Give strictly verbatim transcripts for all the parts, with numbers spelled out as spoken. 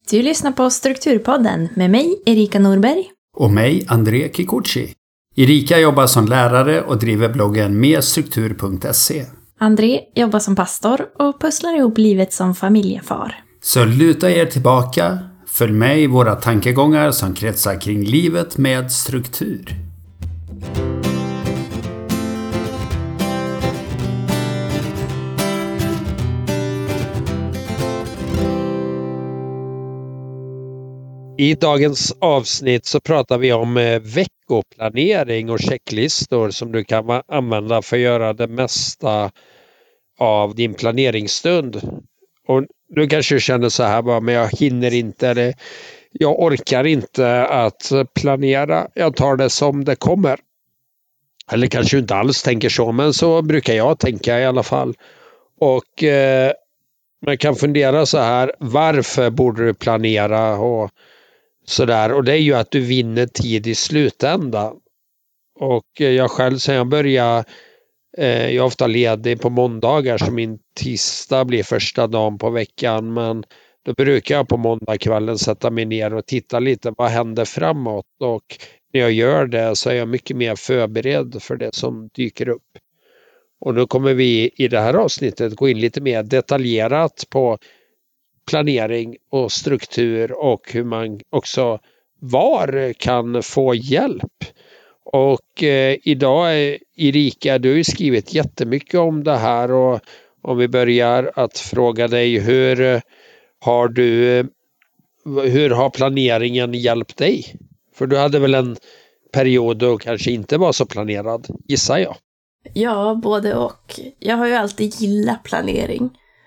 Du lyssnar på Strukturpodden med mig, Erika Norberg. Och mig, André Kikuchi. Erika jobbar som lärare och driver bloggen merstruktur punkt se. André jobbar som pastor och pusslar ihop livet som familjefar. Så luta er tillbaka, följ med i våra tankegångar som kretsar kring livet med struktur. I dagens avsnitt så pratar vi om veckoplanering och checklistor som du kan använda för att göra det mesta av din planeringsstund. Och du kanske känner så här bara, men jag hinner inte eller jag orkar inte att planera. Jag tar det som det kommer. Eller kanske inte alls tänker så, men så brukar jag tänka i alla fall. Och eh, man kan fundera så här, varför borde du planera och sådär, och det är ju att du vinner tid i slutändan. Och jag själv sen jag börjar eh, jag är ofta ledig på måndagar, så min tisdag blir första dagen på veckan, men då brukar jag på måndagskvällen sätta mig ner och titta lite vad händer framåt, och när jag gör det så är jag mycket mer förberedd för det som dyker upp. Och nu kommer vi i det här avsnittet gå in lite mer detaljerat på planering och struktur och hur man också var kan få hjälp. Och eh, idag är Erika, du har ju skrivit jättemycket om det här, och om vi börjar att fråga dig, hur har du hur har planeringen hjälpt dig? För du hade väl en period då kanske inte var så planerad, gissar jag. Ja, både och. Jag har ju alltid gillat planering.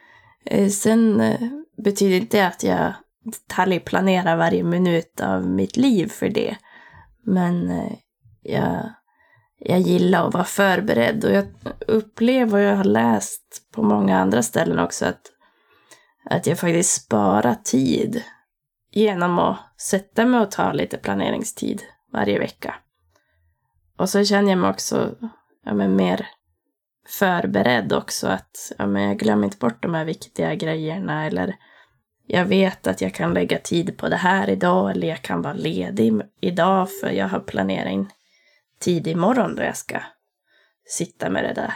Sen betyder inte det att jag detaljplanerar varje minut av mitt liv för det. Men jag, jag gillar att vara förberedd. Och jag upplever, och jag har läst på många andra ställen också, att, att jag faktiskt sparar tid genom att sätta mig och ta lite planeringstid varje vecka. Och så känner jag mig också ja, men mer förberedd också, att ja, men jag glömmer inte bort de här viktiga grejerna, eller jag vet att jag kan lägga tid på det här idag, eller jag kan vara ledig idag för jag har planerat in tid imorgon då jag ska sitta med det där.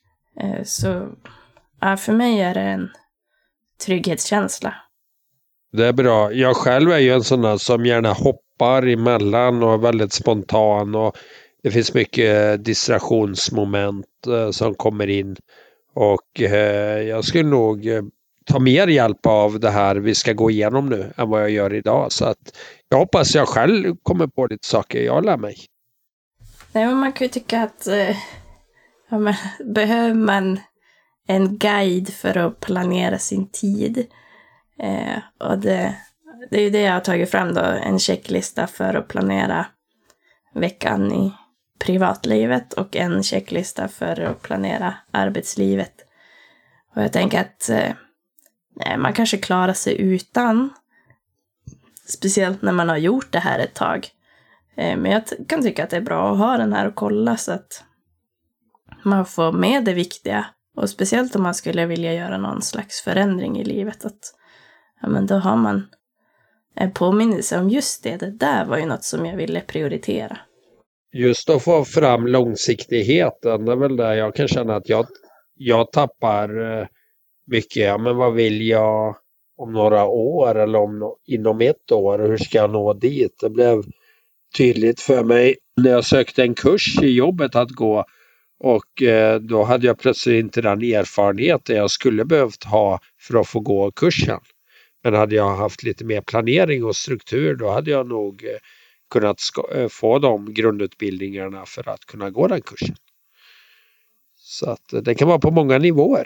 Så ja, för mig är det en trygghetskänsla. Det är bra. Jag själv är ju en sån där som gärna hoppar emellan och är väldigt spontan, och det finns mycket distraktionsmoment eh, som kommer in, och eh, jag skulle nog eh, ta mer hjälp av det här vi ska gå igenom nu än vad jag gör idag, så att jag hoppas jag själv kommer på lite saker jag lär mig. Nej, men man kan ju tycka att eh, ja, men, behöver man en guide för att planera sin tid, eh, och det, det är ju det jag har tagit fram då, en checklista för att planera veckan i privatlivet och en checklista för att planera arbetslivet. Och jag tänker att eh, nej, man kanske klarar sig utan, speciellt när man har gjort det här ett tag. Eh, men jag t- kan tycka att det är bra att ha den här och kolla så att man får med det viktiga. Och speciellt om man skulle vilja göra någon slags förändring i livet, att ja, men då har man en påminnelse om just det. Det där var ju något som jag ville prioritera. Just att få fram långsiktigheten, det är väl där jag kan känna att jag, jag tappar mycket. Ja, men vad vill jag om några år eller om, inom ett år, och hur ska jag nå dit? Det blev tydligt för mig när jag sökte en kurs i jobbet att gå, och eh, då hade jag plötsligt inte den erfarenheten jag skulle behövt ha för att få gå kursen. Men hade jag haft lite mer planering och struktur, då hade jag nog eh, kunnat ska- få de grundutbildningarna för att kunna gå den kursen. Så att det kan vara på många nivåer.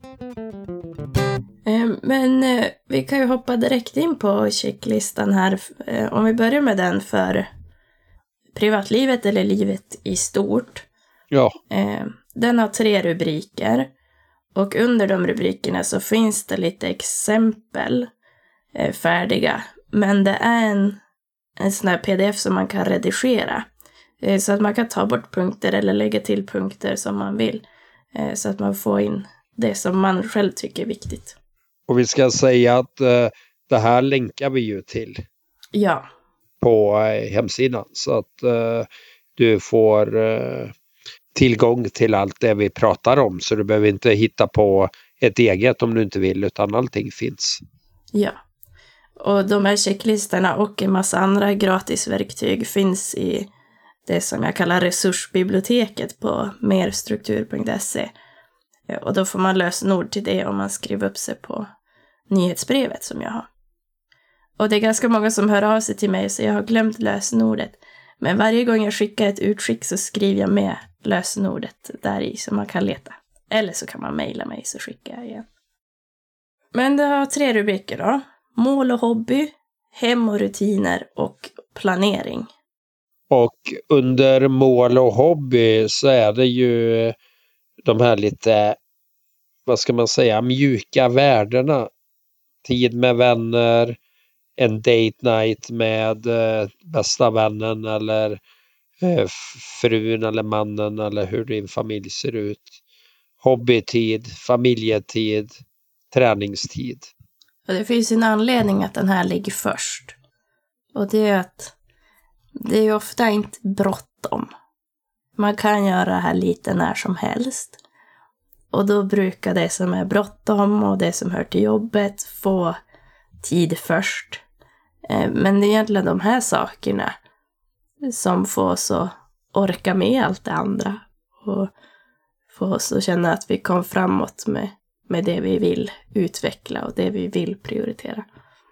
Men vi kan ju hoppa direkt in på checklistan här. Om vi börjar med den för privatlivet eller livet i stort. Ja. Den har tre rubriker. Och under de rubrikerna så finns det lite exempel färdiga. Men det är en, en sån här pdf som man kan redigera. Så att man kan ta bort punkter eller lägga till punkter som man vill. Så att man får in det som man själv tycker är viktigt. Och vi ska säga att eh, det här länkar vi ju till. Ja. På eh, hemsidan. Så att eh, du får eh, tillgång till allt det vi pratar om. Så du behöver inte hitta på ett eget om du inte vill, utan allting finns. Ja. Och de här checklistorna och en massa andra gratisverktyg finns i det som jag kallar resursbiblioteket på merstruktur punkt se. Och då får man lösenord till det om man skriver upp sig på nyhetsbrevet som jag har. Och det är ganska många som hör av sig till mig så jag har glömt lösenordet. Men varje gång jag skickar ett utskick så skriver jag med lösenordet där i så man kan leta. Eller så kan man mejla mig så skickar jag igen. Men det har tre rubriker då. Mål och hobby, hem och rutiner och planering. Och under mål och hobby så är det ju de här lite, vad ska man säga, mjuka värdena. Tid med vänner, en date night med eh, bästa vännen eller eh, frun eller mannen eller hur din familj ser ut. Hobbytid, familjetid, träningstid. Och det finns en anledning att den här ligger först. Och det är att det är ofta inte bråttom. Man kan göra det här lite när som helst. Och då brukar det som är bråttom och det som hör till jobbet få tid först. Men det är egentligen de här sakerna som får oss att orka med allt det andra. Och få oss att känna att vi kom framåt med, med det vi vill utveckla och det vi vill prioritera.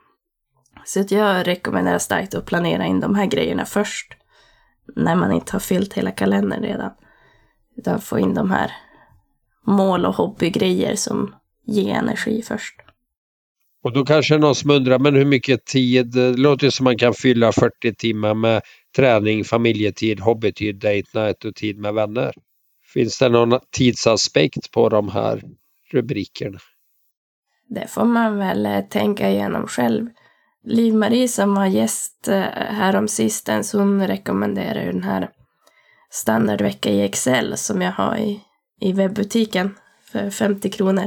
Så att jag rekommenderar starkt att planera in de här grejerna först. När man inte har fyllt hela kalendern redan. Utan få in de här mål- och hobbygrejer som ger energi först. Och då kanske någon som undrar, men hur mycket tid, det låter som man kan fylla fyrtio timmar med träning, familjetid, hobbytid, date night och tid med vänner. Finns det någon tidsaspekt på de här rubrikerna? Det får man väl tänka igenom själv. Liv-Marie som var gäst här om sistens, hon rekommenderar den här standardvecka i Excel som jag har i, i webbutiken för femtio kronor.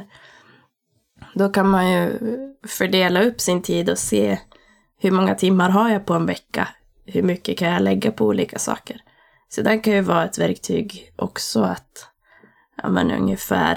Då kan man ju fördela upp sin tid och se hur många timmar har jag på en vecka. Hur mycket kan jag lägga på olika saker. Så det kan ju vara ett verktyg också att ja, men ungefär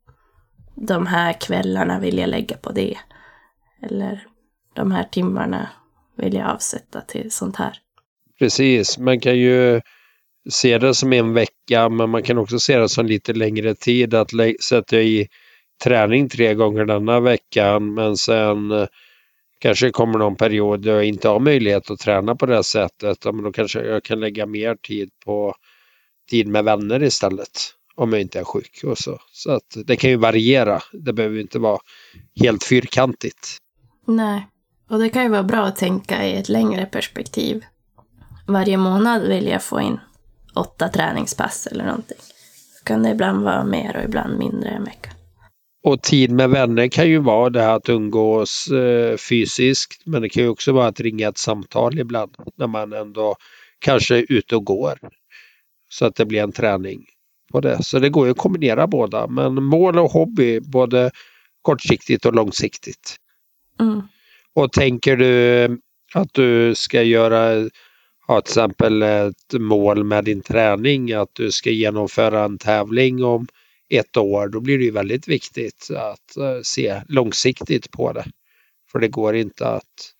de här kvällarna vill jag lägga på det. Eller de här timmarna vill jag avsätta till sånt här. Precis, man kan ju se det som en vecka, men man kan också se det som lite längre tid. Att lä- sätta i träning tre gånger denna veckan, men sen eh, kanske kommer någon period där jag inte har möjlighet att träna på det här sättet. Ja, men då kanske jag kan lägga mer tid på tid med vänner istället. Om jag inte är sjuk och så. Så att det kan ju variera. Det behöver inte vara helt fyrkantigt. Nej, och det kan ju vara bra att tänka i ett längre perspektiv. Varje månad vill jag få in åtta träningspass eller någonting. Så kan det ibland vara mer och ibland mindre en vecka. Och tid med vänner kan ju vara det här att umgås eh, fysiskt. Men det kan ju också vara att ringa ett samtal ibland. När man ändå kanske är ute och går. Så att det blir en träning på det. Så det går ju att kombinera båda. Men mål och hobby, både kortsiktigt och långsiktigt. Mm. Och tänker du att du ska göra, ha till exempel ett mål med din träning, att du ska genomföra en tävling om ett år, då blir det ju väldigt viktigt att se långsiktigt på det. För det går inte att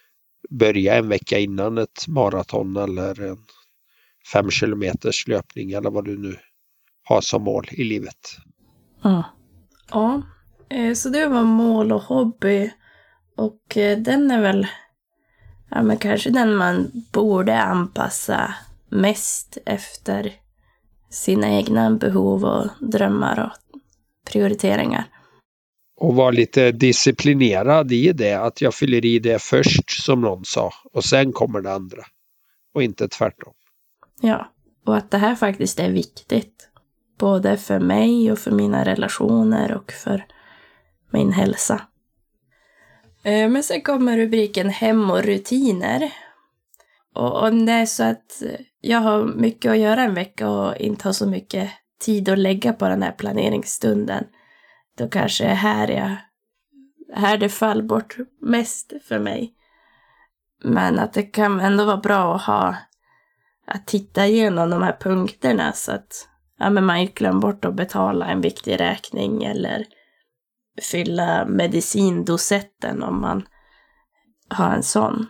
börja en vecka innan ett maraton eller en fem kilometers löpning eller vad du nu har som mål i livet. Mm. Ja, så det var mål och hobby. Och den är väl ja, men kanske den man borde anpassa mest efter sina egna behov och drömmar och prioriteringar. Och vara lite disciplinerad i det, att jag fyller i det först som någon sa och sen kommer det andra och inte tvärtom. Ja, och att det här faktiskt är viktigt. Både för mig och för mina relationer och för min hälsa. Men sen kommer rubriken hem och rutiner. Och om det är så att jag har mycket att göra en vecka och inte har så mycket tid att lägga på den här planeringsstunden, då kanske är här jag här det faller bort mest för mig. Men att det kan ändå vara bra att ha, att titta igenom de här punkterna så att ja, men man inte glömmer bort att betala en viktig räkning eller fylla medicindosetten om man har en sån.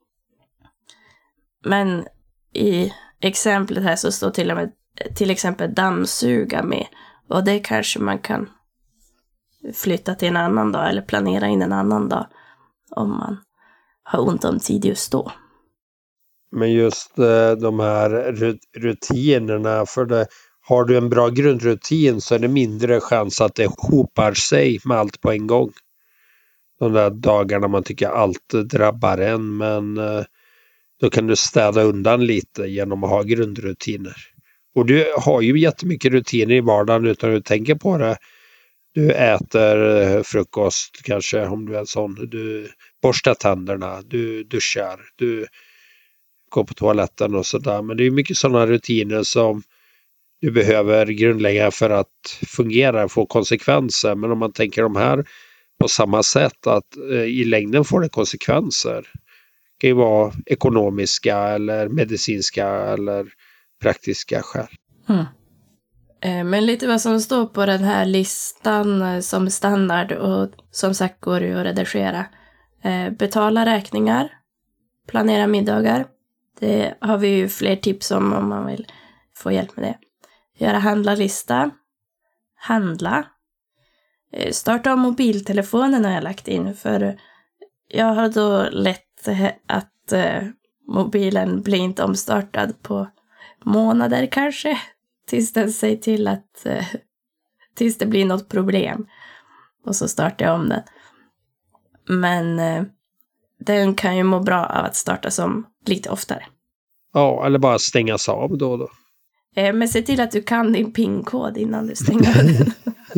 Men i exemplet här så står till och med till exempel dammsuga med, och det kanske man kan flytta till en annan dag eller planera in en annan dag om man har ont om tid just då. Men just eh, de här rutinerna, för det, har du en bra grundrutin så är det mindre chans att det hopar sig med allt på en gång. De där dagarna man tycker allt drabbar en, men eh, då kan du städa undan lite genom att ha grundrutiner. Och du har ju jättemycket rutiner i vardagen utan att du tänker på det. Du äter frukost kanske om du är en sån. Du borstar tänderna, du duschar, du går på toaletten och sådär. Men det är mycket sådana rutiner som du behöver grundlägga för att fungera, få konsekvenser. Men om man tänker de här på samma sätt, att i längden får det konsekvenser. Det kan ju vara ekonomiska eller medicinska eller praktiska skäl. Mm. Men lite vad som står på den här listan som standard och som sagt går det att redigera. Betala räkningar, planera middagar. Det har vi ju fler tips om om man vill få hjälp med det. Göra handlarlista, handla. Starta om mobiltelefonen har jag lagt in, för jag har då lätt att mobilen blir inte omstartad på månader kanske. Tills den säger till att tills det blir något problem. Och så startar jag om den. Men den kan ju må bra av att starta som lite oftare. Ja, eller bara stängas av då och då. Men se till att du kan din PIN-kod innan du stänger den.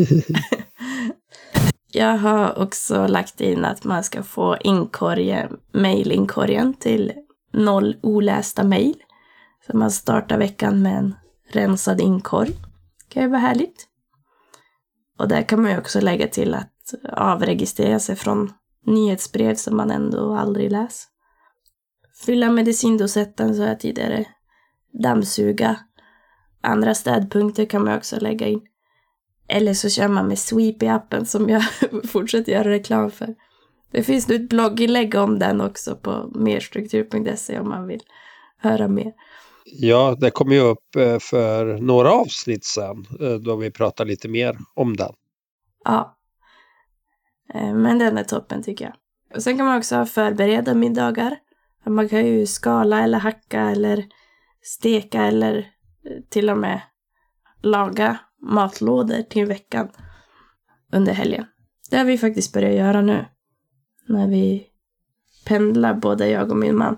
Jag har också lagt in att man ska få inkorgen, mailinkorgen till noll olästa mejl. Så man startar veckan med en rensad inkorg. Det kan ju vara härligt. Och där kan man ju också lägga till att avregistrera sig från nyhetsbrev som man ändå aldrig läser. Fylla medicindosetten så jag tidigare. Dammsuga. Andra städpunkter kan man också lägga in. Eller så kör man med Sweep i appen som jag fortsätter göra reklam för. Det finns nu ett blogginlägg om den också på merstruktur punkt se om man vill höra mer. Ja, det kommer ju upp för några avsnitt sen då vi pratar lite mer om den. Ja, men den är toppen tycker jag. Och sen kan man också förbereda middagar. Man kan ju skala eller hacka eller steka eller till och med laga matlådor till veckan under helgen. Det har vi faktiskt börjat göra nu. När vi pendlar, både jag och min man.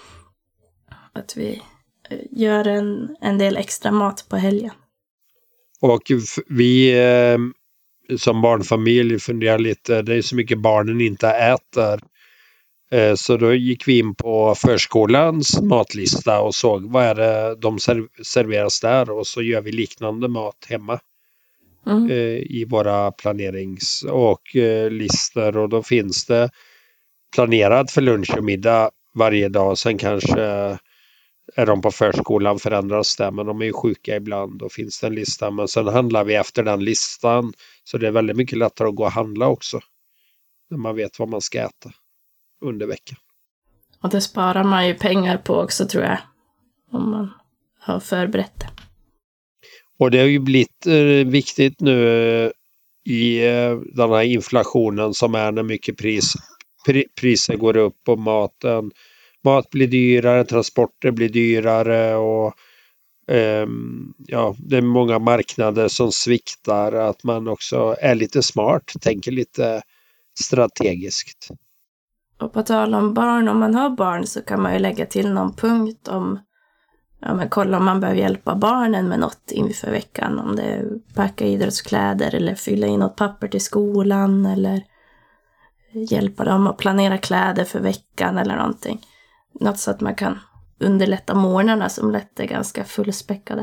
Att vi gör en, en del extra mat på helgen. Och vi eh, som barnfamilj funderar lite, det är så mycket barnen inte äter. Eh, så då gick vi in på förskolans matlista och såg vad är det de serv- serveras där. Och så gör vi liknande mat hemma. Mm. Eh, i våra planerings- och eh, listor. Och då finns det planerat för lunch och middag varje dag. Sen kanske är de på förskolan förändras det, men de är ju sjuka ibland. Då finns det en lista, men sen handlar vi efter den listan. Så det är väldigt mycket lättare att gå och handla också. När man vet vad man ska äta under veckan. Och det sparar man ju pengar på också tror jag. Om man har förberett det. Och det har ju blivit eh, viktigt nu eh, i eh, den här inflationen som är när mycket pris, pri, priser går upp och maten. Mat blir dyrare, transporter blir dyrare och eh, ja, det är många marknader som sviktar. Att man också är lite smart, tänker lite strategiskt. Och på tal om barn, om man har barn så kan man ju lägga till någon punkt om, ja men kolla om man behöver hjälpa barnen med något inför veckan. Om det är packa idrottskläder eller fylla in något papper till skolan eller hjälpa dem att planera kläder för veckan eller någonting. Något så att man kan underlätta morgnarna som lätt är ganska fullspäckade.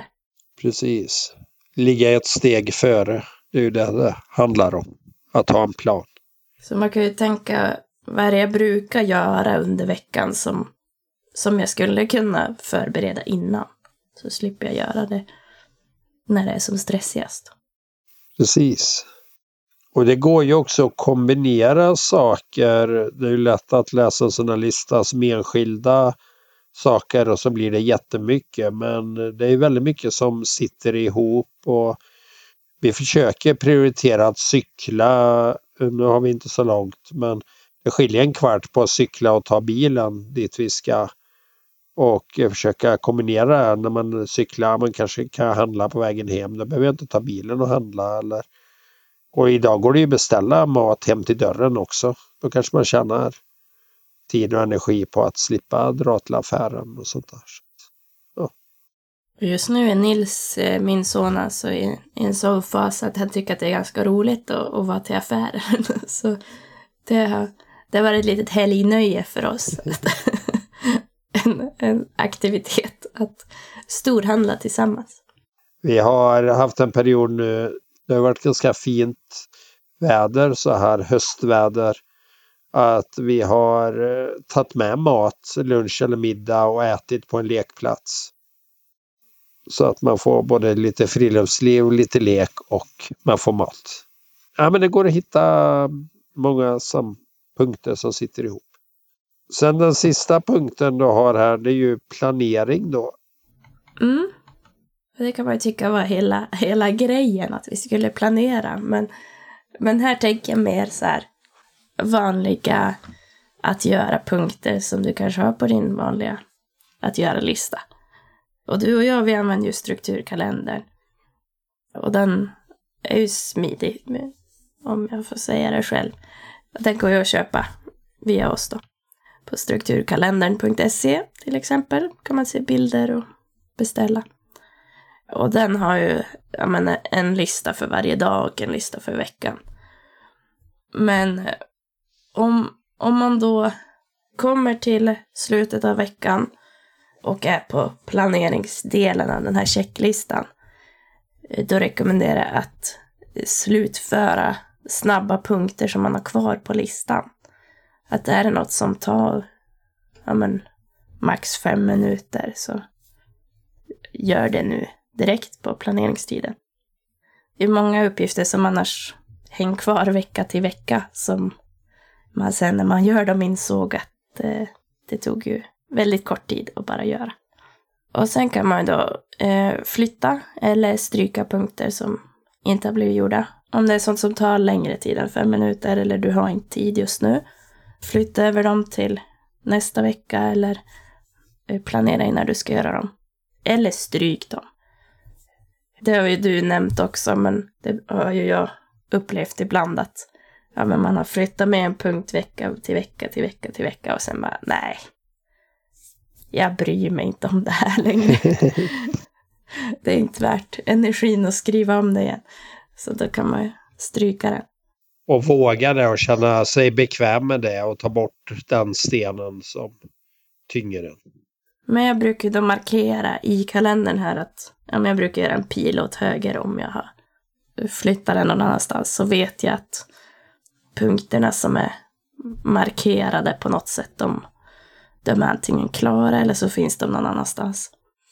Precis. Ligga ett steg före. Det är ju det det handlar om. Att ha en plan. Så man kan ju tänka, vad är det jag brukar göra under veckan som, som jag skulle kunna förbereda innan. Så slipper jag göra det när det är som stressigast. Precis. Och det går ju också att kombinera saker. Det är ju lätt att läsa en sån här lista som enskilda saker och så blir det jättemycket. Men det är väldigt mycket som sitter ihop och vi försöker prioritera att cykla. Nu har vi inte så långt, men det skiljer en kvart på att cykla och ta bilen dit vi ska. Och försöka kombinera när man cyklar. Man kanske kan handla på vägen hem. Då behöver jag inte ta bilen och handla. Eller... Och idag går det ju att beställa mat hem till dörren också. Då kanske man tjänar tid och energi på att slippa dra till affären och sånt där. Ja. Just nu är Nils, min son, alltså i en sån fas att han tycker att det är ganska roligt att, att vara till affären. Så det har, det har varit ett litet helgnöje för oss. en, en aktivitet att storhandla tillsammans. Vi har haft en period nu, det har varit ganska fint väder, så här höstväder, att vi har tagit med mat, lunch eller middag och ätit på en lekplats. Så att man får både lite friluftsliv och lite lek och man får mat. Ja, men det går att hitta många som, punkter som sitter ihop. Sen den sista punkten du har här, det är ju planering då. Mm. Det kan man ju tycka var hela, hela grejen, att vi skulle planera. Men, men här tänker jag mer så här vanliga att göra punkter som du kanske har på din vanliga att göra-lista. Och du och jag, vi använder ju strukturkalendern. Och den är ju smidig, om jag får säga det själv. Den går ju att köpa via oss då. På strukturkalendern punkt se till exempel kan man se bilder och beställa. Och den har ju, jag menar, en lista för varje dag och en lista för veckan. Men om, om man då kommer till slutet av veckan och är på planeringsdelen av den här checklistan, då rekommenderar jag att slutföra snabba punkter som man har kvar på listan. Att det är något som tar ja men, max fem minuter, så gör det nu direkt på planeringstiden. Det är många uppgifter som annars hänger kvar vecka till vecka som man sen när man gör dem insåg att eh, det tog ju väldigt kort tid att bara göra. Och sen kan man då eh, flytta eller stryka punkter som inte har blivit gjorda. Om det är sånt som tar längre tid än fem minuter eller du har inte tid just nu, flytta över dem till nästa vecka eller eh, planera in när du ska göra dem. Eller stryk dem. Det har ju du nämnt också, men det har ju jag upplevt ibland att ja, men man har flyttat med en punkt vecka till vecka till vecka till vecka och sen bara, nej, jag bryr mig inte om det här längre. Det är inte värt energin att skriva om det igen. Så då kan man ju stryka den. Och våga det och känna sig bekväm med det och ta bort den stenen som tynger den. Men jag brukar då markera i kalendern här att ja, men jag brukar göra en pil åt höger om jag har flyttat den någon annanstans. Så vet jag att punkterna som är markerade på något sätt, de, de är antingen klara eller så finns de någon annanstans.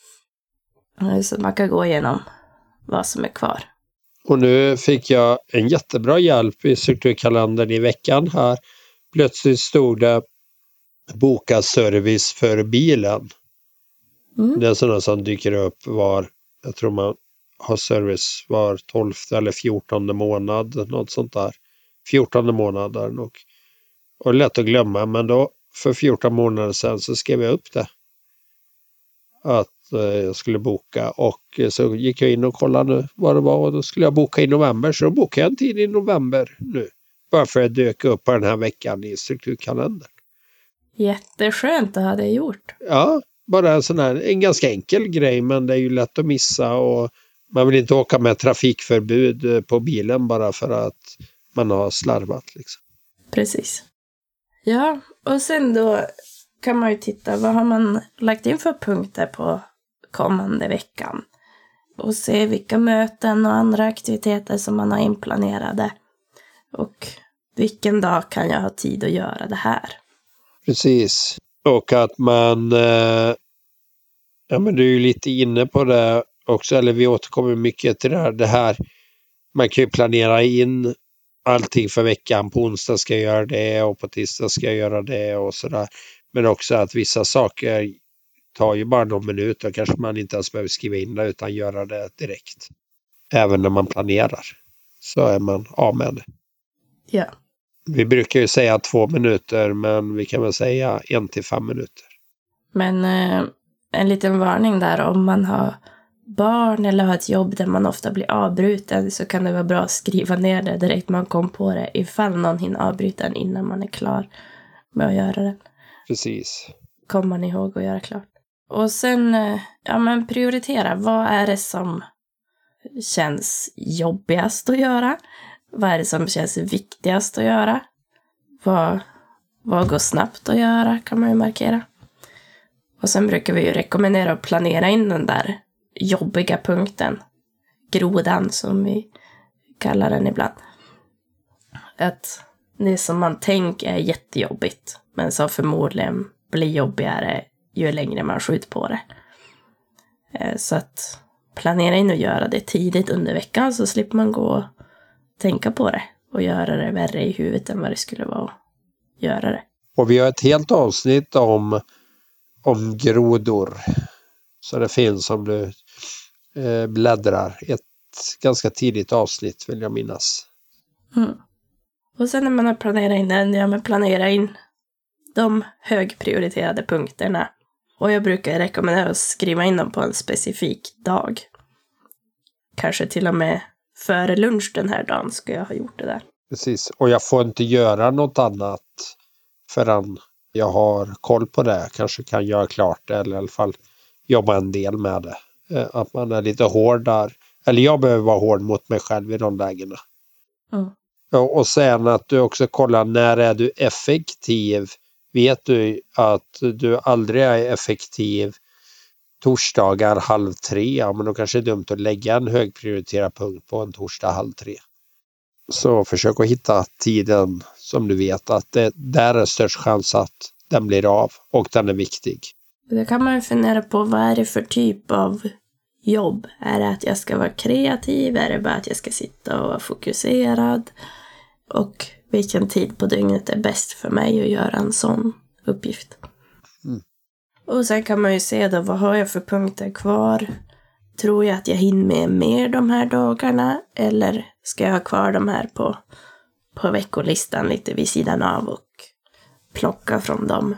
Så man kan gå igenom vad som är kvar. Och nu fick jag en jättebra hjälp i strukturkalendern i veckan här. Plötsligt stod det boka service för bilen. Mm. Det är sådana som dyker upp var, jag tror man har service var tolfte eller fjortonde månad, något sånt där. fjortonde månader nog. Och lätt att glömma, men då för fjorton månader sedan så skrev jag upp det. Att eh, jag skulle boka och eh, så gick jag in och kollade vad det var och då skulle jag boka i november, så då bokade jag en tid i november nu. Bara för att döka upp på den här veckan i strukturkalendern. Jätteskönt att ha det gjort. Ja, bara en sån här, en ganska enkel grej, men det är ju lätt att missa och man vill inte åka med trafikförbud på bilen bara för att man har slarvat liksom. Precis. Ja, och sen då kan man ju titta, vad har man lagt in för punkter på kommande veckan? Och se vilka möten och andra aktiviteter som man har inplanerade. Och vilken dag kan jag ha tid att göra det här? Precis. Och att man, eh, ja men du är ju lite inne på det också, eller vi återkommer mycket till det här, det här. Man kan ju planera in allting för veckan. På onsdag ska jag göra det och på tisdag ska jag göra det och sådär. Men också att vissa saker tar ju bara någon minut och kanske man inte ens behöver skriva in det utan göra det direkt. Även när man planerar så är man av med det. Ja. Vi brukar ju säga två minuter men vi kan väl säga en till fem minuter. Men eh, en liten varning där, om man har barn eller har ett jobb där man ofta blir avbruten så kan det vara bra att skriva ner det direkt man kom på det ifall någon hinner avbryta en innan man är klar med att göra det. Precis. Kommer man ihåg att göra klart. Och sen, eh, ja men prioritera. Vad är det som känns jobbigast att göra? Vad är det som känns viktigast att göra? Vad, vad går snabbt att göra kan man ju markera. Och sen brukar vi ju rekommendera att planera in den där jobbiga punkten. Grodan som vi kallar den ibland. Att det som man tänker är jättejobbigt men som förmodligen blir jobbigare ju längre man skjuter på det. Så att planera in och göra det tidigt under veckan så slipper man gå och tänka på det och göra det värre i huvudet än vad det skulle vara att göra det. Och vi har ett helt avsnitt om, om grodor. Så det finns om du eh, bläddrar. Ett ganska tidigt avsnitt vill jag minnas. Mm. Och sen när man har planerat in den, ja men planera in de högprioriterade punkterna. Och jag brukar rekommendera att skriva in dem på en specifik dag. Kanske till och med före lunch den här dagen ska jag ha gjort det där. Precis, och jag får inte göra något annat förrän jag har koll på det. Kanske kan göra klart det eller i alla fall jobba en del med det. Att man är lite hård där. Eller jag behöver vara hård mot mig själv i de lägena. Mm. Och sen att du också kollar när är du effektiv. Vet du att du aldrig är effektiv torsdagar halv tre, ja, men då kanske det är dumt att lägga en högprioriterad punkt på en torsdag halv tre. Så försök att hitta tiden som du vet att det där är störst chans att den blir av och den är viktig. Då kan man ju fundera på vad är det för typ av jobb? Är det att jag ska vara kreativ? Är det bara att jag ska sitta och vara fokuserad? Och vilken tid på dygnet är bäst för mig att göra en sån uppgift? Mm. Och sen kan man ju se då, vad har jag för punkter kvar? Tror jag att jag hinner med mer de här dagarna? Eller ska jag ha kvar de här på, på veckolistan lite vid sidan av och plocka från dem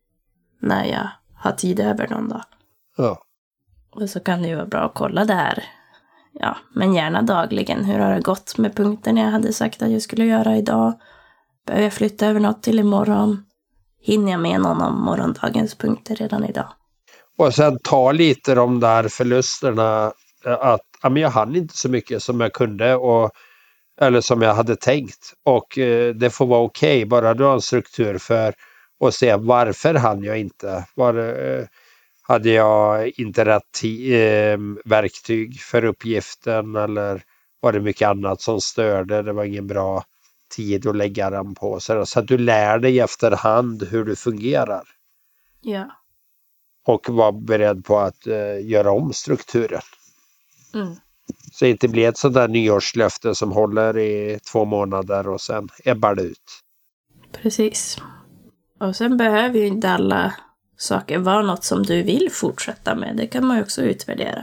när jag har tid över någon dag? Ja. Och så kan det ju vara bra att kolla det här. Ja, men gärna dagligen. Hur har det gått med punkterna jag hade sagt att jag skulle göra idag? Behöver jag flytta över något till imorgon? Hinner jag med någon av morgondagens punkter redan idag? Och sen ta lite de där förlusterna att ja, men jag hann inte så mycket som jag kunde och, eller som jag hade tänkt. Och eh, det får vara okej, okay, bara du har en struktur för att se varför hann jag inte. Var, eh, hade jag inte rätt t- eh, verktyg för uppgiften eller var det mycket annat som störde? Det var ingen bra tid att lägga den på. Så att du lär dig efterhand hur du fungerar. Ja. Och var beredd på att eh, göra om strukturen. Mm. Så det inte blir ett sånt där nyårslöfte som håller i två månader och sen ebbar det ut. Precis. Och sen behöver ju inte alla saker vara något som du vill fortsätta med. Det kan man ju också utvärdera.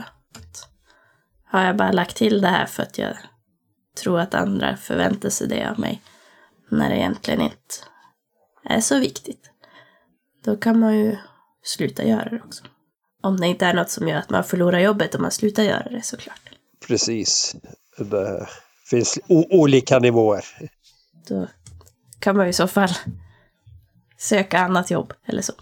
Har jag bara lagt till det här för att jag tror att andra förväntar sig det av mig när det egentligen inte är så viktigt. Då kan man ju sluta göra det också. Om det inte är något som gör att man förlorar jobbet om man slutar göra det, såklart. Precis. Det finns o- olika nivåer. Då kan man ju i så fall söka annat jobb eller så.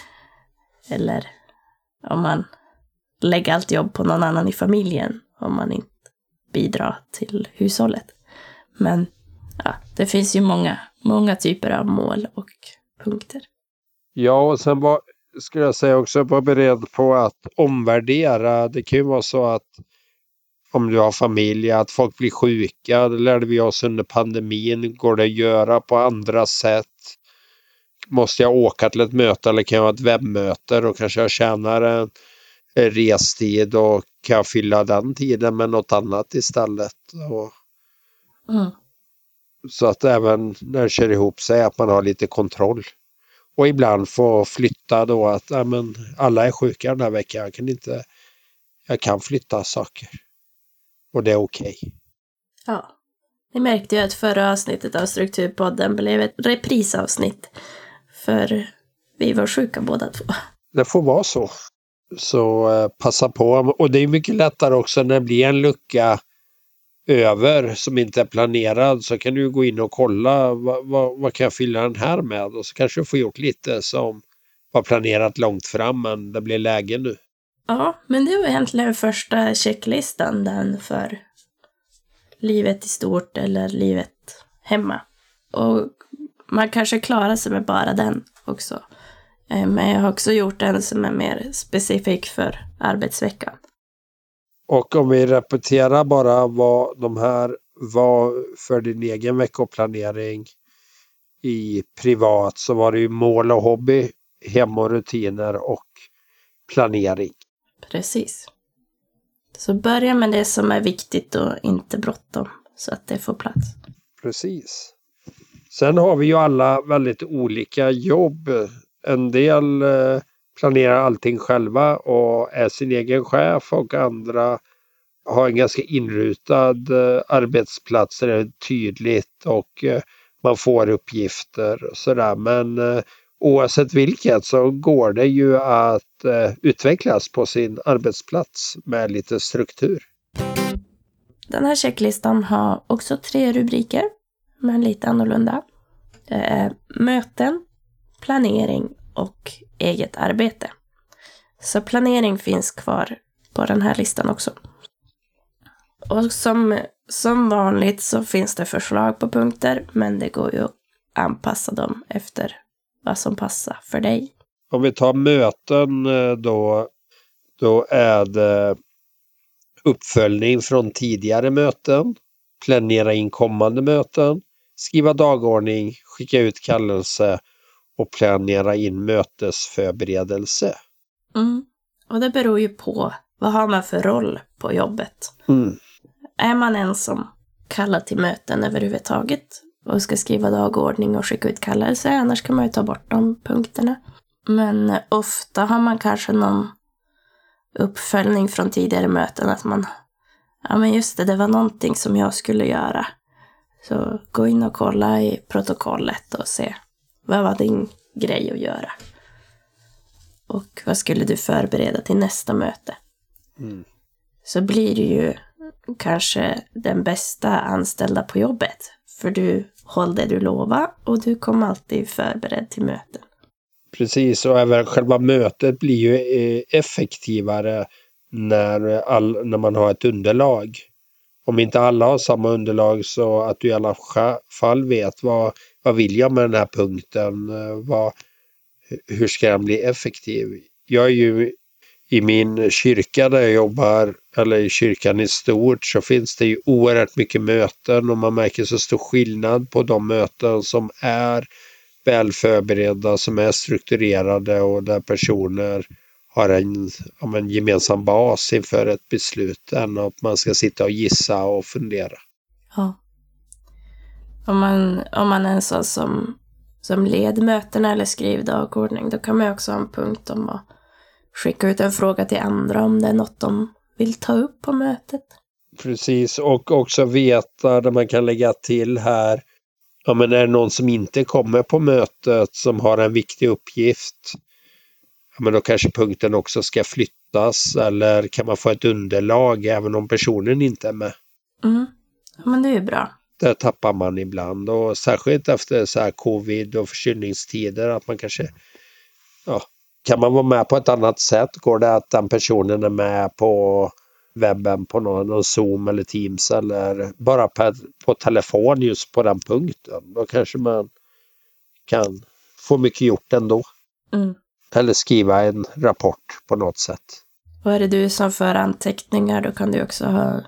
Eller om man lägger allt jobb på någon annan i familjen om man inte bidrar till hushållet. Men ja, det finns ju många, många typer av mål och punkter. Ja, och sen var, skulle jag säga också vara beredd på att omvärdera. Det kan ju vara så att om du har familj, att folk blir sjuka. Det lärde vi oss under pandemin. Går det att göra på andra sätt? Måste jag åka till ett möte eller kan jag ha ett webbmöte och kanske jag tjänar en restid och kan fylla den tiden med något annat istället. Och Mm. så att även när det kör ihop sig att man har lite kontroll. Och ibland få flytta då att ja, men alla är sjuka den här veckan. Jag kan inte, jag kan flytta saker. Och det är okej. Okay. Ja. Ni märkte ju att förra avsnittet av Strukturpodden blev ett reprisavsnitt. För vi var sjuka båda två. Det får vara så. Så eh, passa på. Och det är mycket lättare också när det blir en lucka över som inte är planerad. Så kan du gå in och kolla vad, vad, vad kan jag fylla den här med. Och så kanske du får gjort lite som var planerat långt fram men det blir läge nu. Ja, men det var egentligen första checklistan den för livet i stort eller livet hemma. Och man kanske klarar sig med bara den också. Men jag har också gjort en som är mer specifik för arbetsveckan. Och om vi repeterar bara vad de här var för din egen veckoplanering i privat så var det ju mål och hobby, hem och rutiner och planering. Precis. Så börja med det som är viktigt och inte bråttom så att det får plats. Precis. Sen har vi ju alla väldigt olika jobb. En del eh, planerar allting själva och är sin egen chef och andra har en ganska inrutad eh, arbetsplats där det är tydligt och eh, man får uppgifter och sådär. Men eh, oavsett vilket så går det ju att eh, utvecklas på sin arbetsplats med lite struktur. Den här checklistan har också tre rubriker, men lite annorlunda. Det är möten, planering och eget arbete. Så planering finns kvar på den här listan också. Och som, som vanligt så finns det förslag på punkter, men det går ju att anpassa dem efter vad som passar för dig. Om vi tar möten då, då är det uppföljning från tidigare möten, planera in kommande möten, skriva dagordning, skicka ut kallelse och planera in mötesförberedelse. Mm. Och det beror ju på vad har man för roll på jobbet. Mm. Är man en som kallar till möten överhuvudtaget och ska skriva dagordning och skicka ut kallelse, annars kan man ju ta bort de punkterna. Men ofta har man kanske någon uppföljning från tidigare möten att man, ja men just det, det var någonting som jag skulle göra. Så gå in och kolla i protokollet och se vad var din grej att göra. Och vad skulle du förbereda till nästa möte? Mm. Så blir du ju kanske den bästa anställda på jobbet. För du håller det du lovar och du kommer alltid förberedd till möten. Precis, och även själva mötet blir ju effektivare när, all, när man har ett underlag. Om inte alla har samma underlag så att du i alla fall vet vad, vad vill jag med den här punkten, vad, hur ska den bli effektiv. Jag är ju i min kyrka där jag jobbar, eller i kyrkan i stort, så finns det ju oerhört mycket möten och man märker så stor skillnad på de möten som är väl förberedda, som är strukturerade och där personer har en, om en gemensam bas inför ett beslut än att man ska sitta och gissa och fundera. Ja. Om man, om man är en sån som, som leder mötena eller skriver dagordning, då kan man också ha en punkt om att skicka ut en fråga till andra om det är något de vill ta upp på mötet. Precis, och också veta där man kan lägga till här, ja men är det någon som inte kommer på mötet som har en viktig uppgift, ja men då kanske punkten också ska flyttas, eller kan man få ett underlag även om personen inte är med. Mm. Ja, men det är ju bra. Det tappar man ibland, och särskilt efter så här covid och förkylningstider, att man kanske, ja, kan man vara med på ett annat sätt? Går det att den personen är med på webben på någon, någon Zoom eller Teams eller bara på, på telefon just på den punkten? Då kanske man kan få mycket gjort ändå. Mm. Eller skriva en rapport på något sätt. Och är det du som för anteckningar, då kan du också ha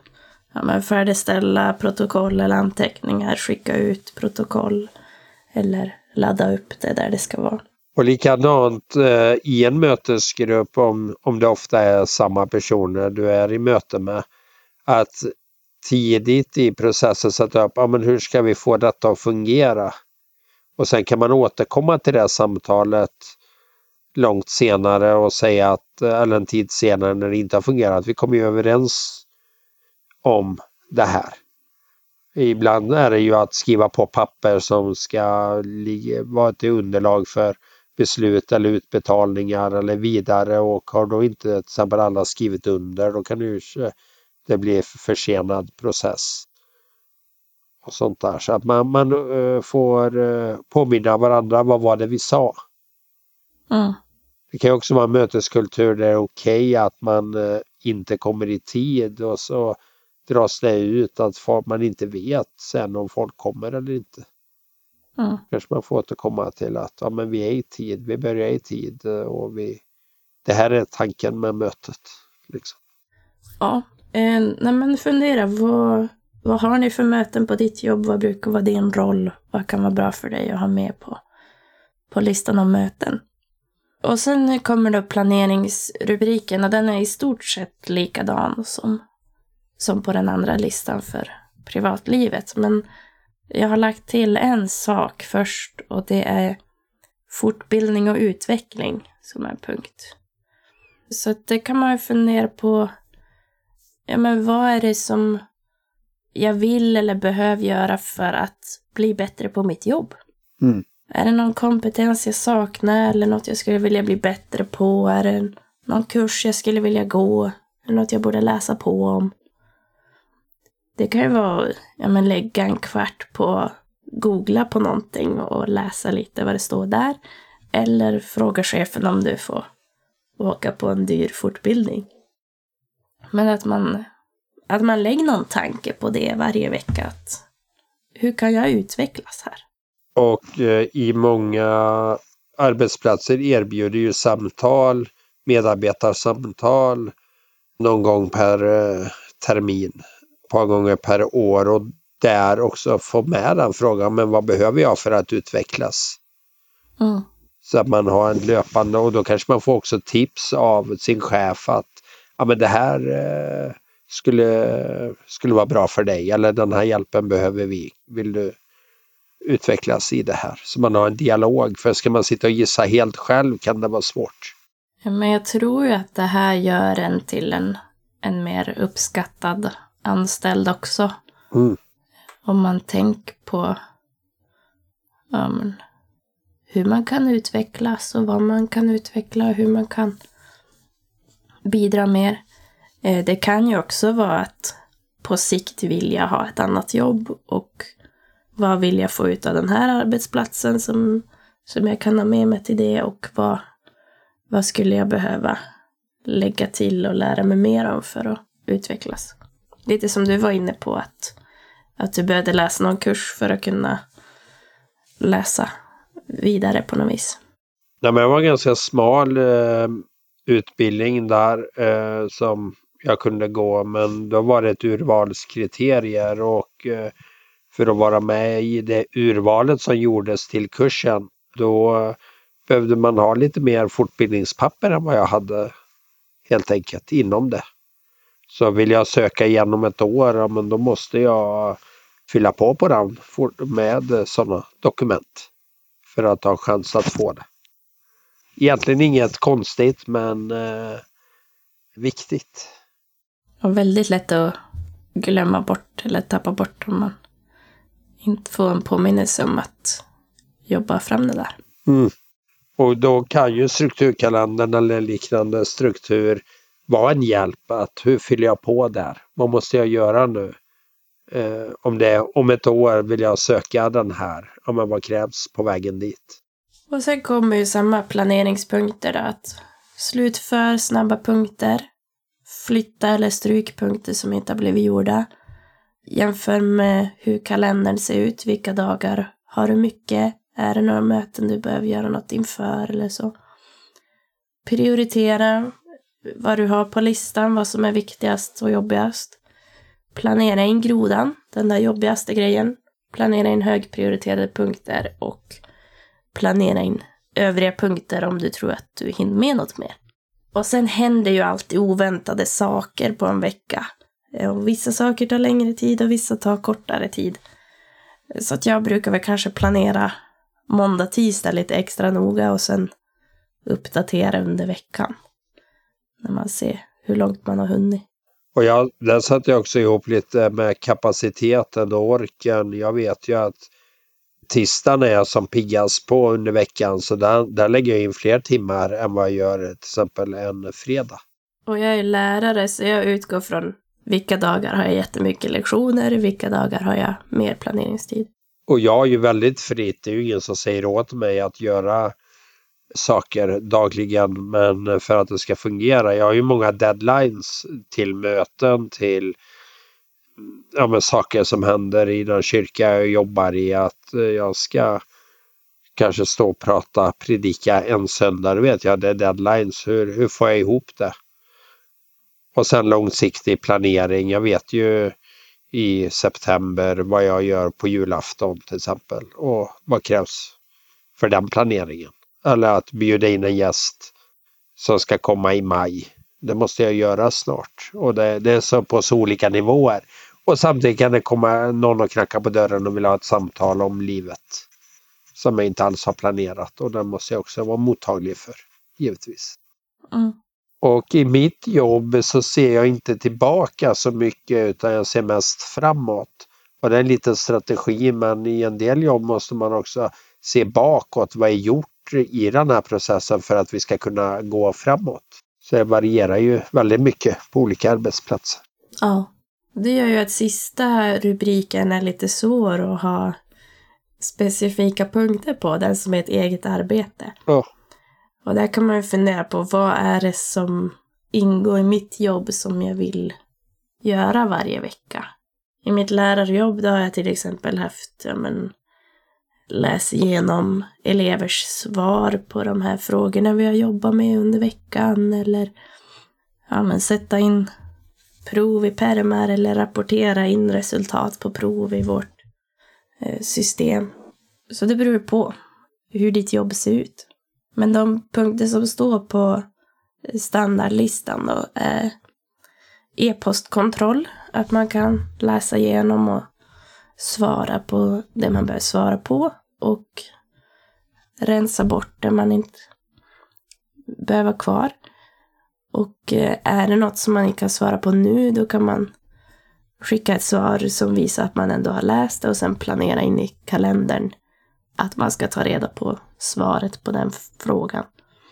ja, men färdigställa protokoll eller anteckningar, skicka ut protokoll eller ladda upp det där det ska vara. Och likadant eh, i en mötesgrupp, om, om det ofta är samma personer du är i möte med, att tidigt i processen sätta upp, ja, men hur ska vi få detta att fungera? Och sen kan man återkomma till det här samtalet långt senare och säga att, eller en tid senare när det inte har fungerat, vi kommer ju överens om det här. Ibland är det ju att skriva på papper som ska ligga, vara ett underlag för beslut eller utbetalningar eller vidare, och har då inte till exempel alla skrivit under, då kan det ju det bli försenad process och sånt där. Så att man, man uh, får uh, påminna varandra, vad var det vi sa. Mm. Det kan ju också vara en möteskultur där det är okej okay att man uh, inte kommer i tid, och så dras det ut att man inte vet sen om folk kommer eller inte. Mm. Kanske man får återkomma till att ja, men vi är i tid, vi börjar i tid, och vi, det här är tanken med mötet. Liksom. Ja, eh, när man funderar, vad, vad har ni för möten på ditt jobb? Vad brukar vara din roll? Vad kan vara bra för dig att ha med på, på listan om möten? Och sen kommer då planeringsrubriken, och den är i stort sett likadan som, som på den andra listan för privatlivet. Men jag har lagt till en sak först, och det är fortbildning och utveckling som är en punkt. Så att det kan man ju fundera på, ja, men vad är det som jag vill eller behöver göra för att bli bättre på mitt jobb? Mm. Är det någon kompetens jag saknar eller något jag skulle vilja bli bättre på? Är det någon kurs jag skulle vilja gå? Eller något jag borde läsa på om? Det kan ju vara, ja, men lägga en kvart på googla på någonting och läsa lite vad det står där. Eller fråga chefen om du får åka på en dyr fortbildning. Men att man, att man lägger någon tanke på det varje vecka. Att, hur kan jag utvecklas här? Och eh, i många arbetsplatser erbjuder ju samtal, medarbetarsamtal någon gång per eh, termin, ett par gånger per år, och där också få med den frågan, men vad behöver jag för att utvecklas? Mm. Så att man har en löpande, och då kanske man får också tips av sin chef att ja, men det här eh, skulle, skulle vara bra för dig, eller den här hjälpen behöver vi, vill du utvecklas i det här? Så man har en dialog, för ska man sitta och gissa helt själv kan det vara svårt. Ja, men jag tror ju att det här gör en till en, en mer uppskattad anställd också. Mm. Om man tänker på um, hur man kan utvecklas och vad man kan utveckla och hur man kan bidra mer. Eh, det kan ju också vara att på sikt vilja ha ett annat jobb, och vad vill jag få ut av den här arbetsplatsen som, som jag kan ha med mig till det, och vad, vad skulle jag behöva lägga till och lära mig mer om för att utvecklas. Lite som du var inne på, att, att du behövde läsa någon kurs för att kunna läsa vidare på något vis. Nej, men det var en ganska smal eh, utbildning där eh, som jag kunde gå, men då var det ett urvalskriterier, och eh, för att vara med i det urvalet som gjordes till kursen, då eh, behövde man ha lite mer fortbildningspapper än vad jag hade, helt enkelt inom det. Så vill jag söka igenom ett år, ja, men då måste jag fylla på på den med sådana dokument för att ha chans att få det. Egentligen inget konstigt, men eh, viktigt. Och väldigt lätt att glömma bort eller tappa bort om man inte får en påminnelse om att jobba fram det där. Mm. Och då kan ju strukturkalendern eller liknande struktur vara en hjälp. Att hur fyller jag på där? Vad måste jag göra nu? Eh, om, det, om ett år vill jag söka den här. Ja, men vad krävs på vägen dit? Och sen kommer ju samma planeringspunkter då, att slutför snabba punkter, flytta eller strykpunkter som inte har blivit gjorda, jämför med hur kalendern ser ut, vilka dagar har du mycket, är det några möten du behöver göra något inför eller så. Prioritera vad du har på listan, vad som är viktigast och jobbigast. planera in grodan, den där jobbigaste grejen. Planera in högprioriterade punkter och planera in övriga punkter om du tror att du hinner med något mer. Och sen händer ju alltid oväntade saker på en vecka. Och vissa saker tar längre tid och vissa tar kortare tid. Så att jag brukar väl kanske planera måndag, tisdag lite extra noga och sen uppdatera under veckan. När man ser hur långt man har hunnit. Och jag, där satte jag också ihop lite med kapaciteten och orken. Jag vet ju att tisdagen är jag som piggas på under veckan, så där, där lägger jag in fler timmar än vad jag gör till exempel en fredag. Och jag är lärare så jag utgår från vilka dagar har jag jättemycket lektioner, vilka dagar har jag mer planeringstid. Och jag är ju väldigt fritt, det är ju ingen som säger åt mig att göra saker dagligen, men för att det ska fungera. Jag har ju många deadlines till möten, till ja, men saker som händer i den kyrka jag jobbar i, att jag ska kanske stå och prata, predika en söndag, vet jag, det är deadlines, hur, hur får jag ihop det? Och sen långsiktig planering, jag vet ju i september vad jag gör på julafton till exempel, och vad krävs för den planeringen. Eller att bjuda in en gäst som ska komma i maj. Det måste jag göra snart. Och det, det är så på så olika nivåer. Och samtidigt kan det komma någon och knacka på dörren och vill ha ett samtal om livet. Som jag inte alls har planerat. Och det måste jag också vara mottaglig för, givetvis. Mm. Och i mitt jobb så ser jag inte tillbaka så mycket, utan jag ser mest framåt. Och det är en liten strategi, men i en del jobb måste man också se bakåt. Vad är gjort i den här processen för att vi ska kunna gå framåt? Så det varierar ju väldigt mycket på olika arbetsplatser. Ja, det gör ju att sista rubriken är lite svår att ha specifika punkter på, den som är ett eget arbete. Ja. Och där kan man ju fundera på, vad är det som ingår i mitt jobb som jag vill göra varje vecka? I mitt lärarjobb då har jag till exempel haft, ja men, läs igenom elevers svar på de här frågorna vi har jobbat med under veckan, eller ja men, sätta in prov i pärmar eller rapportera in resultat på prov i vårt eh, system. Så det beror på hur ditt jobb ser ut. Men de punkter som står på standardlistan då är e-postkontroll. Att man kan läsa igenom och svara på det man behöver svara på. Och rensa bort det man inte behöver kvar. Och är det något som man inte kan svara på nu, då kan man skicka ett svar som visar att man ändå har läst det och sen planera in i kalendern att man ska ta reda på svaret på den frågan.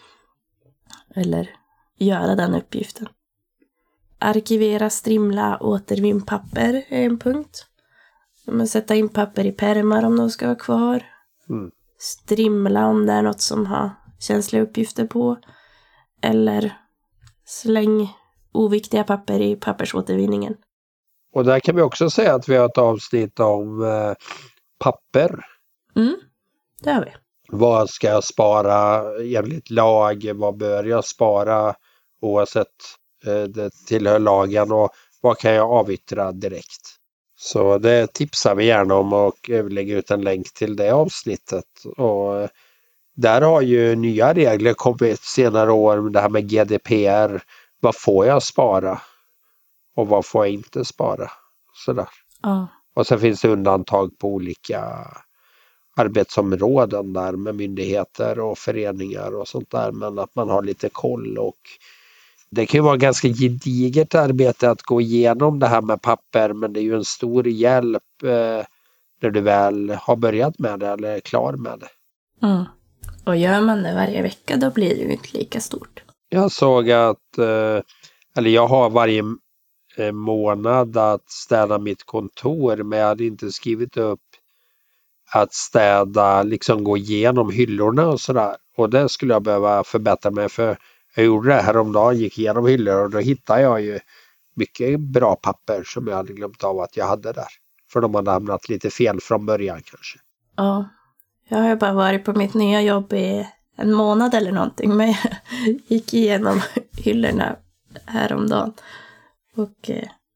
Eller göra den uppgiften. Arkivera, strimla, återvinn papper är en punkt. Man sätta in papper i pärmar om de ska vara kvar. Mm. Strimla om det är något som har känsliga uppgifter på. Eller släng oviktiga papper i pappersåtervinningen. Och där kan vi också säga att vi har ett avsnitt om eh, papper. Mm, det har vi. Vad ska jag spara enligt lag? Vad bör jag spara oavsett eh, det tillhör lagen? Och vad kan jag avyttra direkt? Så det tipsar vi gärna om och lägger ut en länk till det avsnittet. Och eh, där har ju nya regler kommit senare år. Det här med G D P R. Vad får jag spara? Och vad får jag inte spara? Sådär. Ja. Och sen finns det undantag på olika arbetsområden där med myndigheter och föreningar och sånt där. Men att man har lite koll, och det kan ju vara ganska gediget arbete att gå igenom det här med papper, men det är ju en stor hjälp eh, när du väl har börjat med det eller är klar med det. Mm. Och gör man det varje vecka, då blir det ju inte lika stort. Jag såg att, eh, eller jag har varje eh, månad att städa mitt kontor, men jag hade inte skrivit upp att städa, liksom gå igenom hyllorna och sådär. Och det skulle jag behöva förbättra mig, för jag gjorde det häromdagen, gick igenom hyllor och då hittade jag ju mycket bra papper som jag hade glömt av att jag hade där. För de hade hamnat lite fel från början kanske. Ja, jag har ju bara varit på mitt nya jobb i en månad eller någonting, men jag gick igenom hyllorna häromdagen. Och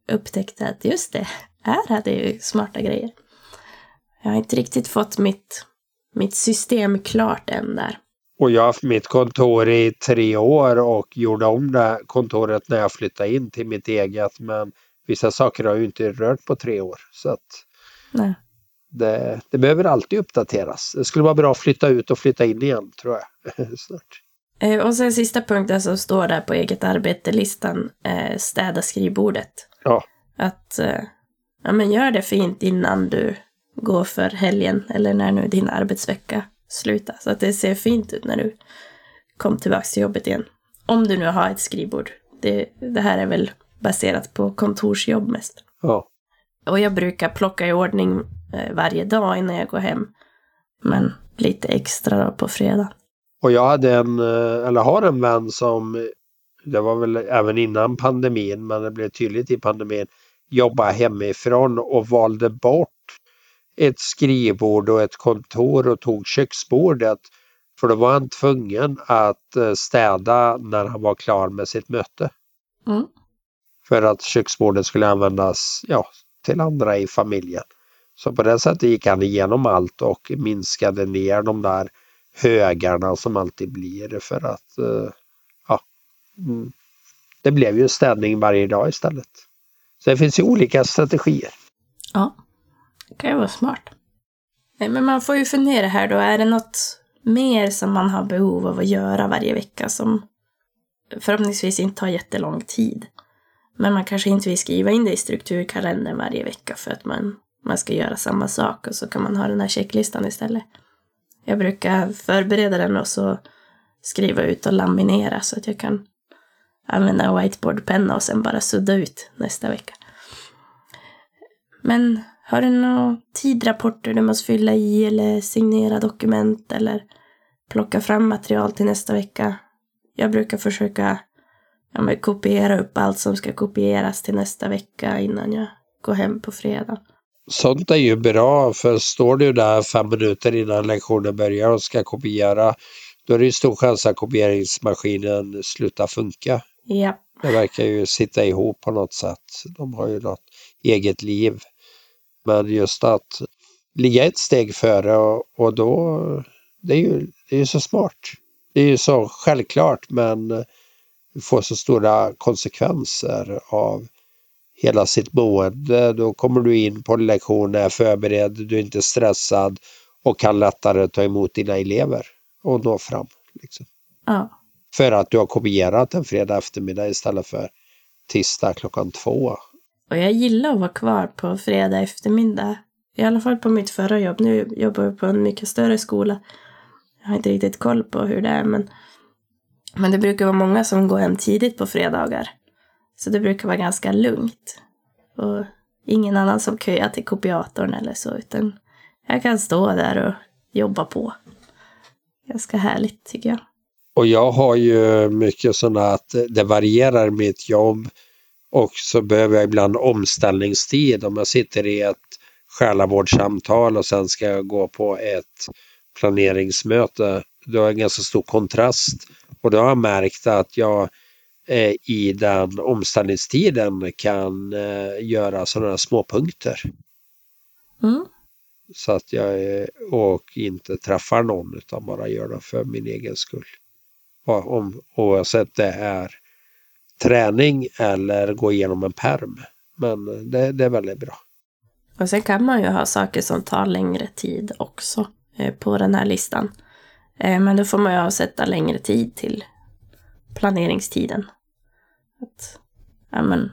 upptäckte att just det, här hade jag ju smarta grejer. Jag har inte riktigt fått mitt, mitt system klart än där. Och jag har haft mitt kontor i tre år och gjorde om det kontoret när jag flyttade in till mitt eget. Men vissa saker har ju inte rört på tre år. Så att Nej. Det, det behöver alltid uppdateras. Det skulle vara bra att flytta ut och flytta in igen, tror jag. Snart. Eh, och sen sista punkten som står där på eget arbete-listan, eh, städa skrivbordet. Ja. Att eh, ja, men gör det fint innan du går för helgen eller när nu din arbetsvecka slutar. Så att det ser fint ut när du kommer tillbaka till jobbet igen. Om du nu har ett skrivbord. Det, det här är väl baserat på kontorsjobb mest. Ja. Och jag brukar plocka i ordning eh, varje dag innan jag går hem. Men lite extra då på fredag. Och jag hade en, eller har en vän som, det var väl även innan pandemin, men det blev tydligt i pandemin, jobba hemifrån och valde bort ett skrivbord och ett kontor och tog köksbordet. För då var han tvungen att städa när han var klar med sitt möte. Mm. För att köksbordet skulle användas ja, till andra i familjen. Så på det sättet gick han igenom allt och minskade ner de där högarna som alltid blir. För att ja, det blev ju städning varje dag istället. Så det finns ju olika strategier. Ja, det kan ju vara smart. Nej, men man får ju fundera här då. Är det något mer som man har behov av att göra varje vecka som förhoppningsvis inte tar jättelång tid? Men man kanske inte vill skriva in det i strukturkalendern varje vecka för att man, man ska göra samma sak. Och så kan man ha den här checklistan istället. Jag brukar förbereda den och så skriva ut och laminera så att jag kan använda whiteboardpenna och sen bara sudda ut nästa vecka. Men har du några tidrapporter du måste fylla i eller signera dokument eller plocka fram material till nästa vecka? Jag brukar försöka ja, men kopiera upp allt som ska kopieras till nästa vecka innan jag går hem på fredag. Sånt är ju bra, för står du där fem minuter innan lektionen börjar och ska kopiera, då är det ju stor chans att kopieringsmaskinen slutar funka. Ja. Det verkar ju sitta ihop på något sätt. De har ju något eget liv. Men just att ligga ett steg före och, och då, det är ju det är ju så smart. Det är ju så självklart, men det får så stora konsekvenser av hela sitt boende. Då kommer du in på lektionen, är förberedd, du är inte stressad och kan lättare ta emot dina elever och nå fram. Liksom. Ja. För att du har kopierat en fredag eftermiddag istället för tisdag klockan två. Och jag gillar att vara kvar på fredag eftermiddag. I alla fall på mitt förra jobb. Nu jobbar jag på en mycket större skola. Jag har inte riktigt koll på hur det är. Men, men det brukar vara många som går hem tidigt på fredagar. Så det brukar vara ganska lugnt. Och ingen annan som köar till kopiatorn eller så. Utan jag kan stå där och jobba på. Ganska härligt tycker jag. Och jag har ju mycket sådana att det varierar mitt jobb. Och så behöver jag ibland omställningstid. Om jag sitter i ett själavårdssamtal och sen ska jag gå på ett planeringsmöte. Då är det en ganska stor kontrast. Och då har jag märkt att jag eh, i den omställningstiden kan eh, göra sådana små punkter. Mm. Så att jag eh, och inte träffar någon utan bara gör det för min egen skull. Och, om, oavsett det är träning eller gå igenom en perm. Men det, det är väldigt bra. Och sen kan man ju ha saker som tar längre tid också eh, på den här listan. Eh, men då får man ju avsätta längre tid till planeringstiden. Att, ja men,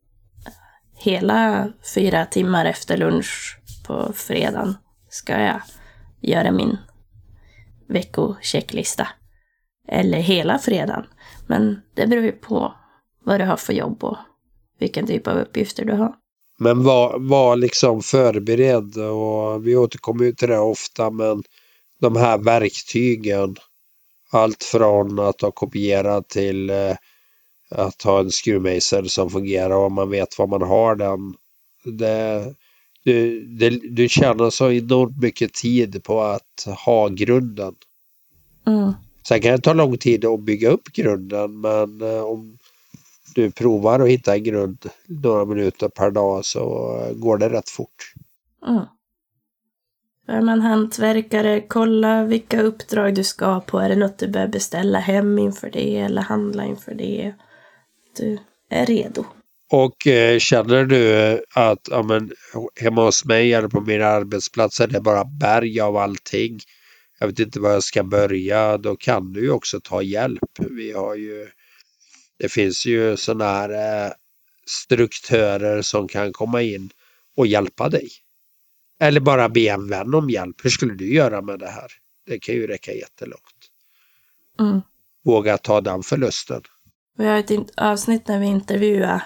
hela fyra timmar efter lunch på fredagen ska jag göra min veckocchecklista. Eller hela fredagen. Men det beror ju på vad du har för jobb och vilken typ av uppgifter du har. Men var, var liksom förberedd, och vi återkommer ju till det ofta, men de här verktygen, allt från att ha kopierat till eh, att ha en skruvmejsel som fungerar och man vet vad man har den. Det, du, det, du tjänar så enormt mycket tid på att ha grunden. Mm. Sen kan det ta lång tid att bygga upp grunden, men eh, om du provar att hitta en grund några minuter per dag så går det rätt fort. Mm. Är man hantverkare, kolla vilka uppdrag du ska på. Är det något du bör beställa hem inför det eller handla inför det? Du är redo. Och eh, känner du att ja, men, hemma hos mig eller på min arbetsplats är det bara berg av allting. Jag vet inte var jag ska börja. Då kan du ju också ta hjälp. Vi har ju, det finns ju sådana här eh, struktörer som kan komma in och hjälpa dig. Eller bara be en vän om hjälp. Hur skulle du göra med det här? Det kan ju räcka jättelångt. Mm. Våga ta den förlusten. Vi har ett avsnitt när vi intervjuar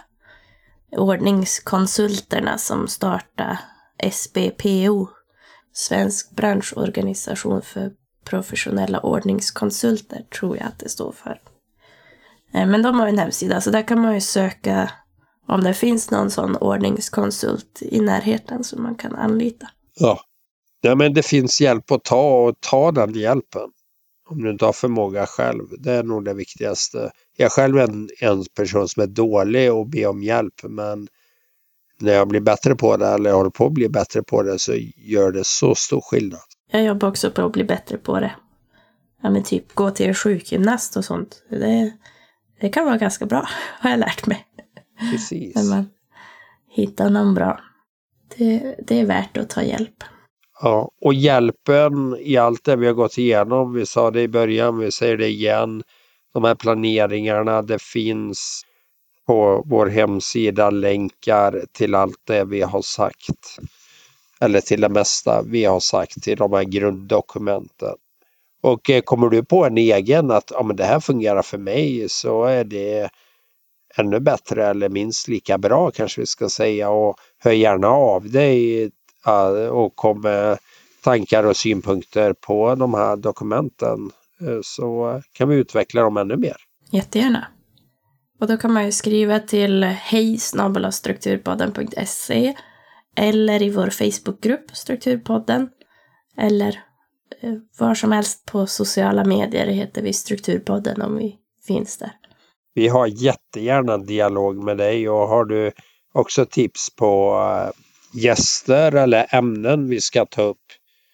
ordningskonsulterna som startar S B P O, Svensk branschorganisation för professionella ordningskonsulter, tror jag att det står för. Men de har en hemsida, så där kan man ju söka om det finns någon sån ordningskonsult i närheten som man kan anlita. Ja, ja men det finns hjälp att ta och ta den hjälpen. Om du inte har förmåga själv. Det är nog det viktigaste. Jag själv är en, en person som är dålig och ber om hjälp. Men när jag blir bättre på det eller jag håller på att bli bättre på det så gör det så stor skillnad. Jag jobbar också på att bli bättre på det. Ja, men typ gå till sjukgymnast och sånt. Det, det kan vara ganska bra, har jag lärt mig. Precis. När man hittar någon bra. Det, det är värt att ta hjälp. Ja, och hjälpen i allt det vi har gått igenom, vi sa det i början, vi säger det igen, de här planeringarna, det finns på vår hemsida länkar till allt det vi har sagt, eller till det mesta vi har sagt till de här grunddokumenten. Och eh, kommer du på en egen att ja, men det här fungerar för mig, så är det ännu bättre eller minst lika bra kanske vi ska säga, och hör gärna av dig och kom med tankar och synpunkter på de här dokumenten, så kan vi utveckla dem ännu mer. Jättegärna. Och då kan man ju skriva till hej snabel-a strukturpodden punkt se eller i vår Facebookgrupp Strukturpodden, eller var som helst på sociala medier heter vi Strukturpodden om vi finns där. Vi har jättegärna en dialog med dig, och har du också tips på gäster eller ämnen vi ska ta upp,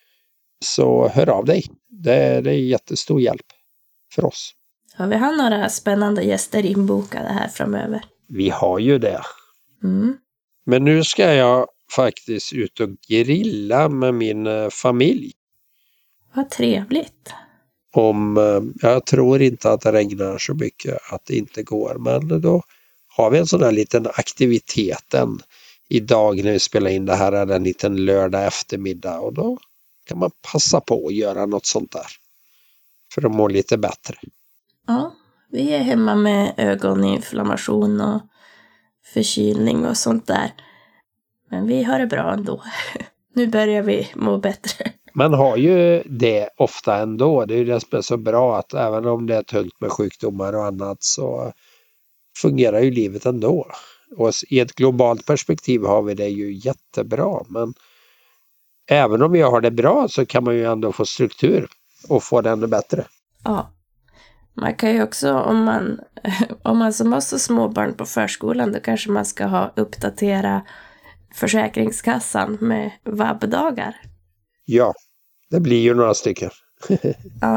så hör av dig. Det är, det är jättestor hjälp för oss. Ja, vi har några spännande gäster inbokade här framöver. Vi har ju det. Mm. Men nu ska jag faktiskt ut och grilla med min familj. Vad trevligt. Om, jag tror inte att det regnar så mycket att det inte går, men då har vi en sån här liten aktiviteten. Idag när vi spelar in det här är det en liten lördag eftermiddag, och då kan man passa på att göra något sånt där för att må lite bättre. Ja, vi är hemma med ögoninflammation och förkylning och sånt där. Men vi har det bra ändå. Nu börjar vi må bättre. Man har ju det ofta ändå. Det är ju det som är så bra, att även om det är tungt med sjukdomar och annat så fungerar ju livet ändå. Och i ett globalt perspektiv har vi det ju jättebra, men även om vi har det bra så kan man ju ändå få struktur och få det ännu bättre. Ja, man kan ju också, om man, om man som har så små barn på förskolan, då kanske man ska ha uppdatera Försäkringskassan med vabbdagar. Ja, det blir ju några stycken. Ja.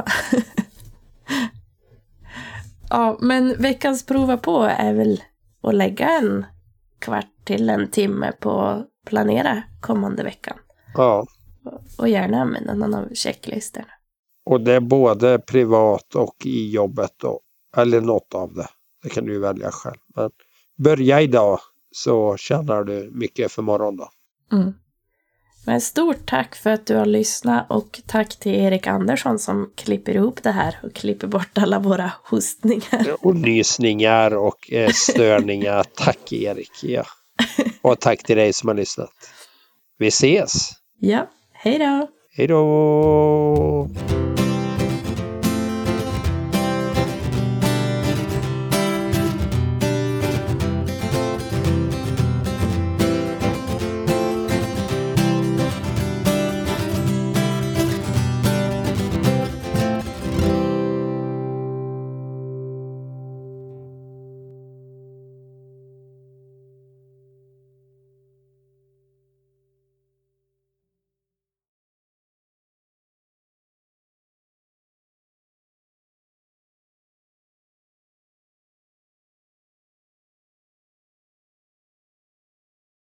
Ja, men veckans prova på är väl att lägga en kvart till en timme på att planera kommande veckan. Ja. Och gärna använda någon av checklistorna. Och det är både privat och i jobbet då, eller något av det. Det kan du välja själv. Men börja idag så tjänar du mycket för morgon då. Mm. Men stort tack för att du har lyssnat, och tack till Erik Andersson som klipper ihop det här och klipper bort alla våra hostningar. Och nysningar och eh, störningar. Tack Erik. Ja. Och tack till dig som har lyssnat. Vi ses. Ja, hej då. Hej då.